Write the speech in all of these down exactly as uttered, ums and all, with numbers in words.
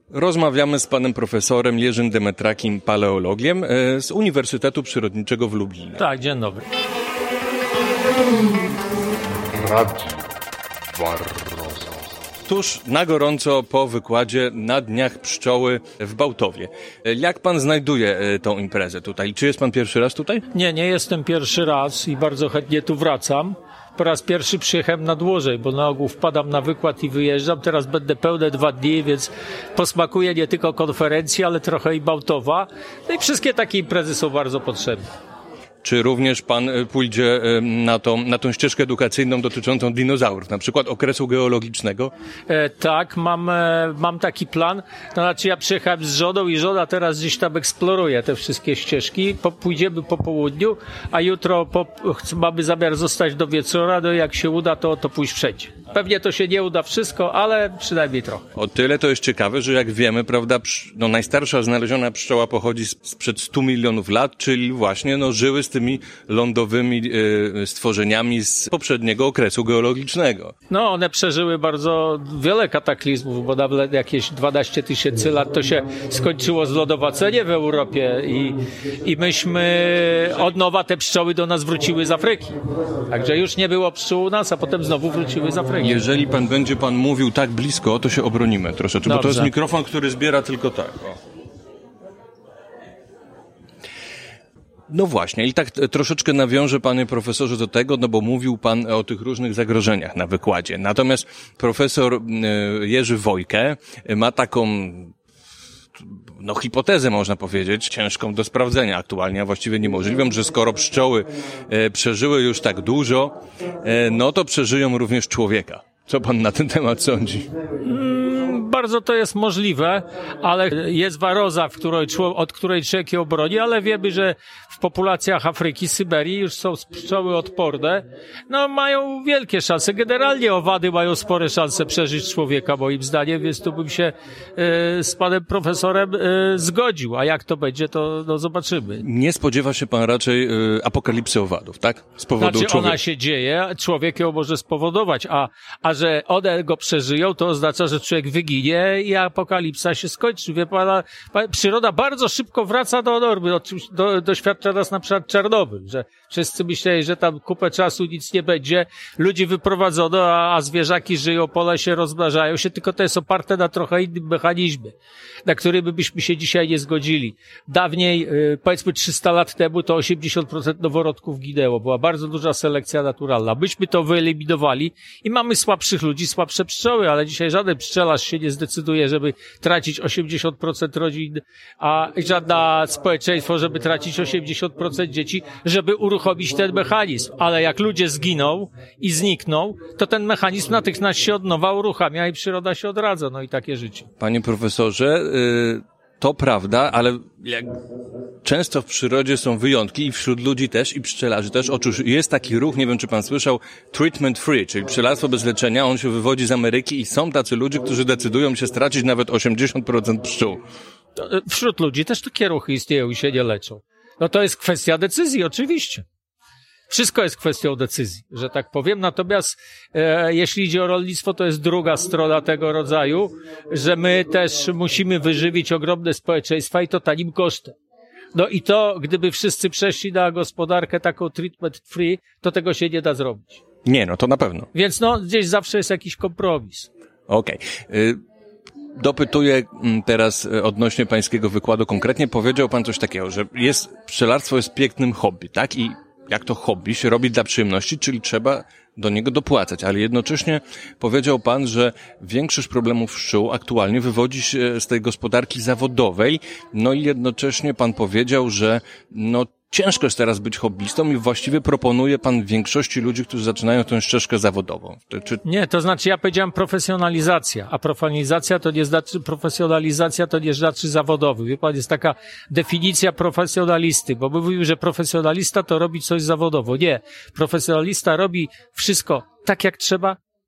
Rozmawiamy z panem profesorem Jerzym Demetrakim, paleologiem z Uniwersytetu Przyrodniczego w Lublinie. Tak, dzień dobry. Radio Barroso. Tuż na gorąco po wykładzie na Dniach Pszczoły w Bałtowie. Jak pan znajduje tą imprezę tutaj? Czy jest pan pierwszy raz tutaj? Nie, nie jestem pierwszy raz i bardzo chętnie tu wracam. Po raz pierwszy przyjechałem na dłużej, bo na ogół wpadam na wykład i wyjeżdżam. Teraz będę pełne dwa dni, więc posmakuję nie tylko konferencji, ale trochę i Bałtowa. No i wszystkie takie imprezy są bardzo potrzebne. Czy również pan pójdzie na tą, na tą ścieżkę edukacyjną dotyczącą dinozaurów, na przykład okresu geologicznego? E, tak, mam, e, mam taki plan. To znaczy ja przyjechałem z żoną i żona teraz gdzieś tam eksploruje te wszystkie ścieżki. Po, pójdziemy po południu, a jutro po, mamy zamiar zostać do wieczora. No jak się uda, to, to pójść wszędzie. Pewnie to się nie uda wszystko, ale przynajmniej trochę. O tyle to jest ciekawe, że jak wiemy, prawda, no najstarsza znaleziona pszczoła pochodzi sprzed stu milionów lat, czyli właśnie no żyły z tymi lądowymi y, stworzeniami z poprzedniego okresu geologicznego. No, one przeżyły bardzo wiele kataklizmów, bo nawet jakieś dwanaście tysięcy lat to się skończyło zlodowacenie w Europie i, i myśmy od nowa te pszczoły do nas wróciły z Afryki. Także już nie było pszczół u nas, a potem znowu wróciły z Afryki. Jeżeli pan będzie pan mówił tak blisko, to się obronimy troszeczkę, Dobrze. Bo to jest mikrofon, który zbiera tylko tak. O. No właśnie, i tak troszeczkę nawiążę, panie profesorze, do tego, no bo mówił pan o tych różnych zagrożeniach na wykładzie. Natomiast profesor Jerzy Wojke ma taką, no hipotezę można powiedzieć, ciężką do sprawdzenia aktualnie, a właściwie niemożliwą, że skoro pszczoły e, przeżyły już tak dużo, e, no to przeżyją również człowieka. Co pan na ten temat sądzi? Mm, bardzo to jest możliwe, ale jest waroza, w której, od której człowiek się obroni, ale wiemy, że w populacjach Afryki, Syberii już są pszczoły odporne. No mają wielkie szanse. Generalnie owady mają spore szanse przeżyć człowieka, moim zdaniem, więc tu bym się e, z panem profesorem e, zgodził. A jak to będzie, to no, zobaczymy. Nie spodziewa się pan raczej e, apokalipsy owadów, tak? Z powodu znaczy człowieka. Ona się dzieje, człowiek ją może spowodować, a, a że one go przeżyją, to oznacza, że człowiek wyginie i apokalipsa się skończy. Wie pana, przyroda bardzo szybko wraca do normy. Do, do, doświadcza nas na przykład Czarnobyl, że wszyscy myśleli, że tam kupę czasu nic nie będzie, ludzi wyprowadzono, a, a zwierzaki żyją, pole się rozmnażają się, tylko to jest oparte na trochę innym mechanizmie, na którym byśmy się dzisiaj nie zgodzili. Dawniej, powiedzmy trzysta lat temu, to osiemdziesiąt procent noworodków ginęło. Była bardzo duża selekcja naturalna. Myśmy to wyeliminowali i mamy słabszych ludzi, słabsze pszczoły, ale dzisiaj żaden pszczelarz się nie zdecyduje, żeby tracić osiemdziesiąt procent rodzin, a żadne społeczeństwo, żeby tracić osiemdziesiąt procent dzieci, żeby uruchomić ten mechanizm. Ale jak ludzie zginą i znikną, to ten mechanizm natychmiast się od nowa uruchamia i przyroda się odradza. No i takie życie. Panie profesorze, yy, to prawda, ale jak często w przyrodzie są wyjątki i wśród ludzi też i pszczelarzy też. Otóż jest taki ruch, nie wiem czy pan słyszał, treatment free, czyli pszczelarstwo bez leczenia. On się wywodzi z Ameryki i są tacy ludzie, którzy decydują się stracić nawet osiemdziesiąt procent pszczół. Wśród ludzi też takie ruchy istnieją i się nie leczą. No to jest kwestia decyzji, oczywiście. Wszystko jest kwestią decyzji, że tak powiem. Natomiast e, jeśli idzie o rolnictwo, to jest druga strona tego rodzaju, że my też musimy wyżywić ogromne społeczeństwa i to tanim kosztem. No i to, gdyby wszyscy przeszli na gospodarkę taką treatment free, to tego się nie da zrobić. Nie, no to na pewno. Więc no, gdzieś zawsze jest jakiś kompromis. Okej. Okay. Dopytuję teraz odnośnie pańskiego wykładu konkretnie. Powiedział pan coś takiego, że jest, pszczelarstwo jest pięknym hobby, tak? I jak to hobby się robi dla przyjemności, czyli trzeba do niego dopłacać, ale jednocześnie powiedział pan, że większość problemów pszczół aktualnie wywodzi się z tej gospodarki zawodowej, no i jednocześnie pan powiedział, że no ciężko jest teraz być hobbystą i właściwie proponuje pan większości ludzi, którzy zaczynają tę ścieżkę zawodową. To, czy... Nie, to znaczy ja powiedziałem profesjonalizacja, a profesjonalizacja to nie znaczy, profesjonalizacja to nie znaczy zawodowy. Wie pan, jest taka definicja profesjonalisty, bo mówił, że profesjonalista to robi coś zawodowo. Nie, profesjonalista robi wszystko tak jak trzeba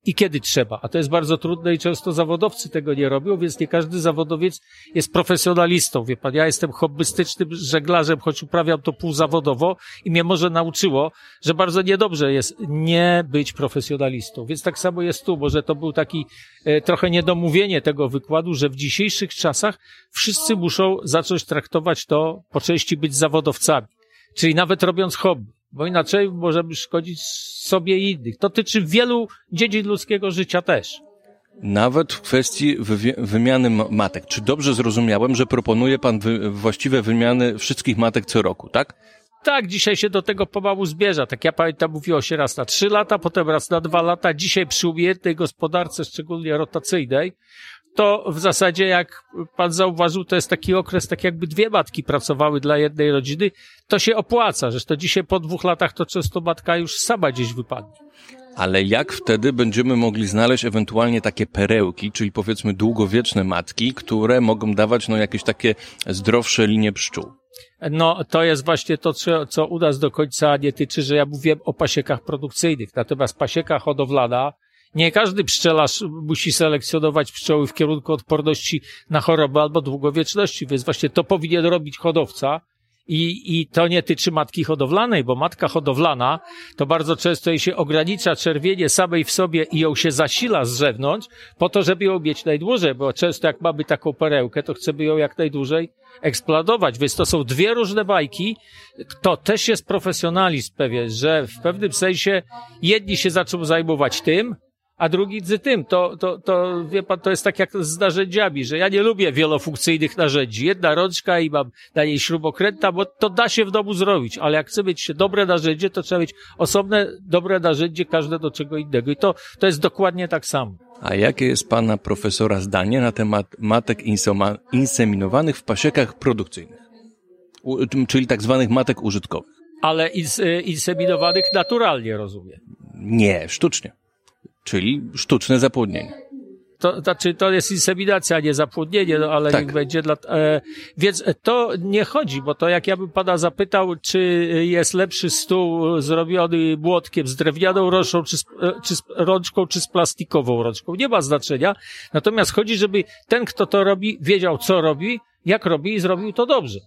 i kiedy trzeba. A to jest bardzo trudne i często zawodowcy tego nie robią, więc nie każdy zawodowiec jest profesjonalistą. Wie pan, ja jestem hobbystycznym żeglarzem, choć uprawiam to półzawodowo i mnie może nauczyło, że bardzo niedobrze jest nie być profesjonalistą. Więc tak samo jest tu, może to był taki e, trochę niedomówienie tego wykładu, że w dzisiejszych czasach wszyscy muszą zacząć traktować to po części być zawodowcami. Czyli nawet robiąc hobby, bo inaczej możemy szkodzić sobie i innych. To dotyczy wielu dziedzin ludzkiego życia też. Nawet w kwestii wywi- wymiany matek. Czy dobrze zrozumiałem, że proponuje pan wy- właściwe wymiany wszystkich matek co roku, tak? Tak, dzisiaj się do tego pomału zbierza. Tak ja pamiętam, mówiło się raz na trzy lata, potem raz na dwa lata. Dzisiaj przy umiejętnej gospodarce, szczególnie rotacyjnej, to w zasadzie, jak pan zauważył, to jest taki okres, tak jakby dwie matki pracowały dla jednej rodziny. To się opłaca, że to dzisiaj po dwóch latach to często matka już sama gdzieś wypadnie. Ale jak wtedy będziemy mogli znaleźć ewentualnie takie perełki, czyli powiedzmy długowieczne matki, które mogą dawać no jakieś takie zdrowsze linie pszczół? No, to jest właśnie to, co, co u nas do końca nie tyczy, że ja mówiłem o pasiekach produkcyjnych. Natomiast pasieka hodowlana, nie każdy pszczelarz musi selekcjonować pszczoły w kierunku odporności na choroby albo długowieczności, więc właśnie to powinien robić hodowca. I, I to nie tyczy matki hodowlanej, bo matka hodowlana to bardzo często jej się ogranicza czerwienie samej w sobie i ją się zasila z zewnątrz po to, żeby ją mieć najdłużej, bo często jak mamy taką perełkę, to chcemy ją jak najdłużej eksploatować, więc to są dwie różne bajki. To też jest profesjonalizm pewien, że w pewnym sensie jedni się zaczną zajmować tym, a drugi z tym. To, to, to, wie pan, to jest tak jak z narzędziami, że ja nie lubię wielofunkcyjnych narzędzi. Jedna rączka i mam na niej śrubokręta, bo to da się w domu zrobić, ale jak chce mieć dobre narzędzie, to trzeba mieć osobne, dobre narzędzie, każde do czego innego. I to, to jest dokładnie tak samo. A jakie jest pana profesora zdanie na temat matek insoma- inseminowanych w pasiekach produkcyjnych? U, czyli tak zwanych matek użytkowych? Ale ins, inseminowanych naturalnie, rozumiem. Nie, sztucznie. Czyli sztuczne zapłodnienie. To znaczy, to jest inseminacja, a nie zapłodnienie, no ale tak. niech będzie dla... E, więc to nie chodzi, bo to jak ja bym pana zapytał, czy jest lepszy stół zrobiony młotkiem z drewnianą rączką, czy z, czy z rączką, czy z plastikową rączką. Nie ma znaczenia. Natomiast chodzi, żeby ten, kto to robi, wiedział, co robi, jak robi i zrobił to dobrze.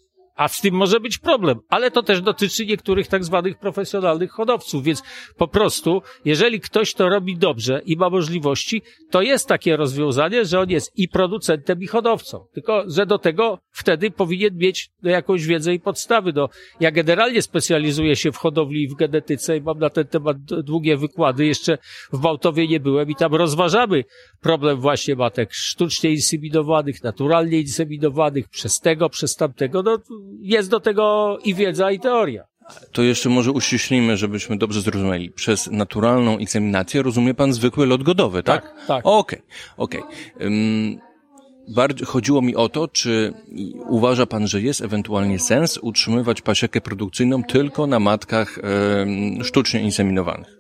A z tym może być problem, ale to też dotyczy niektórych tak zwanych profesjonalnych hodowców, więc po prostu, jeżeli ktoś to robi dobrze i ma możliwości, to jest takie rozwiązanie, że on jest i producentem, i hodowcą. Tylko, że do tego wtedy powinien mieć jakąś wiedzę i podstawy. No, ja generalnie specjalizuję się w hodowli i w genetyce i mam na ten temat długie wykłady. Jeszcze w Bałtowie nie byłem i tam rozważamy problem właśnie matek sztucznie inseminowanych, naturalnie inseminowanych, przez tego, przez tamtego. No, jest do tego i wiedza, i teoria. To jeszcze może uściślimy, żebyśmy dobrze zrozumieli. Przez naturalną inseminację rozumie pan zwykły lot godowy, tak? Tak, tak. Okej, okej. Um, bardziej chodziło mi o to, czy uważa pan, że jest ewentualnie sens utrzymywać pasiekę produkcyjną tylko na matkach um, sztucznie inseminowanych?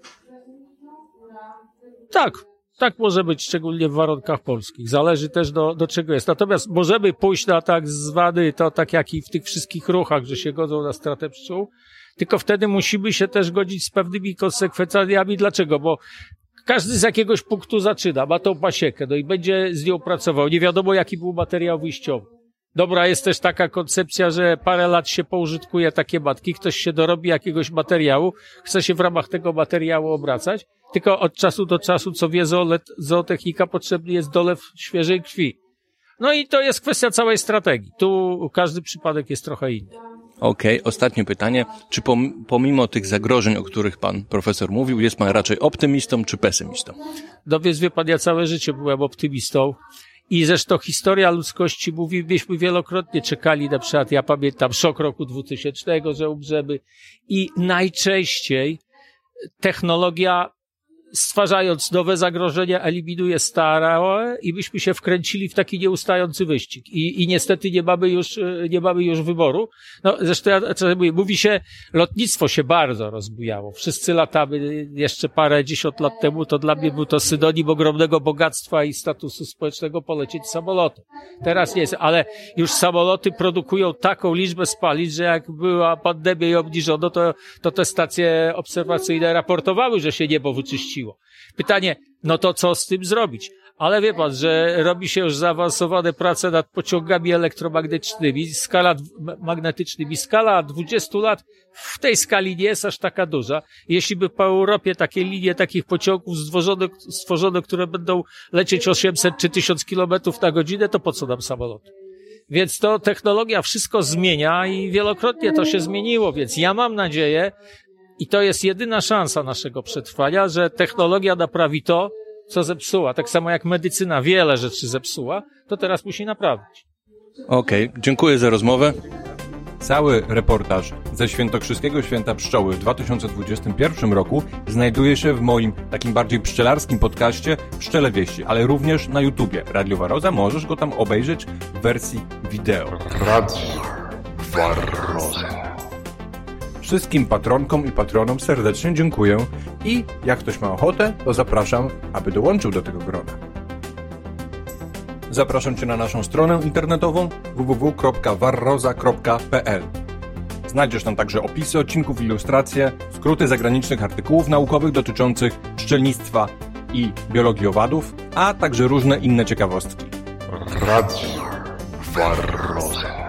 Tak. Tak może być, szczególnie w warunkach polskich. Zależy też do, do czego jest. Natomiast możemy pójść na tak zwany, to tak jak i w tych wszystkich ruchach, że się godzą na stratę pszczół, tylko wtedy musimy się też godzić z pewnymi konsekwencjami. Dlaczego? Bo każdy z jakiegoś punktu zaczyna, ma tą pasiekę, no i będzie z nią pracował. Nie wiadomo, jaki był materiał wyjściowy. Dobra jest też taka koncepcja, że parę lat się poużytkuje takie matki, ktoś się dorobi jakiegoś materiału, chce się w ramach tego materiału obracać, tylko od czasu do czasu, co wie zootechnika, potrzebny jest dolew świeżej krwi. No i to jest kwestia całej strategii. Tu każdy przypadek jest trochę inny. Okej, okay, ostatnie pytanie. Czy pom- pomimo tych zagrożeń, o których pan profesor mówił, jest pan raczej optymistą czy pesymistą? No więc wie pan, ja całe życie byłem optymistą. I zresztą historia ludzkości mówi, myśmy wielokrotnie czekali, na przykład ja pamiętam szok roku dwutysięcznego, że umrzemy i najczęściej technologia, stwarzając nowe zagrożenia, eliminuje stare i myśmy się wkręcili w taki nieustający wyścig. I, i niestety nie mamy już, nie mamy już wyboru. No, zresztą ja mówię, mówi się, lotnictwo się bardzo rozbujało. Wszyscy latamy jeszcze parę dziesiąt lat temu, to dla mnie był to synonim ogromnego bogactwa i statusu społecznego polecieć samolotem. Teraz nie jest, ale już samoloty produkują taką liczbę spalin, że jak była pandemia i obniżono, to, to te stacje obserwacyjne raportowały, że się niebo wyczyściło. kręciło. Pytanie, no to co z tym zrobić? Ale wie pan, że robi się już zaawansowane prace nad pociągami elektromagnetycznymi, skala magnetycznymi. Skala dwudziestu lat w tej skali nie jest aż taka duża. Jeśli by po Europie takie linie takich pociągów stworzono, stworzono, które będą lecieć osiemset czy tysiąc kilometrów na godzinę, to po co nam samoloty? Więc to technologia wszystko zmienia i wielokrotnie to się zmieniło, więc ja mam nadzieję, i to jest jedyna szansa naszego przetrwania, że technologia naprawi to, co zepsuła. Tak samo jak medycyna wiele rzeczy zepsuła, to teraz musi naprawić. Okej, okay, dziękuję za rozmowę. Cały reportaż ze Świętokrzyskiego Święta Pszczoły w dwa tysiące dwudziestym pierwszym roku znajduje się w moim takim bardziej pszczelarskim podcaście Pszczele Wieści, ale również na YouTubie Radio Waroza. Możesz go tam obejrzeć w wersji wideo. Radio Waroza. Wszystkim patronkom i patronom serdecznie dziękuję i jak ktoś ma ochotę, to zapraszam, aby dołączył do tego grona. Zapraszam Cię na naszą stronę internetową w w w kropka warroza kropka p l. Znajdziesz tam także opisy odcinków, ilustracje, skróty zagranicznych artykułów naukowych dotyczących pszczelnictwa i biologii owadów, a także różne inne ciekawostki. Radio Waroza.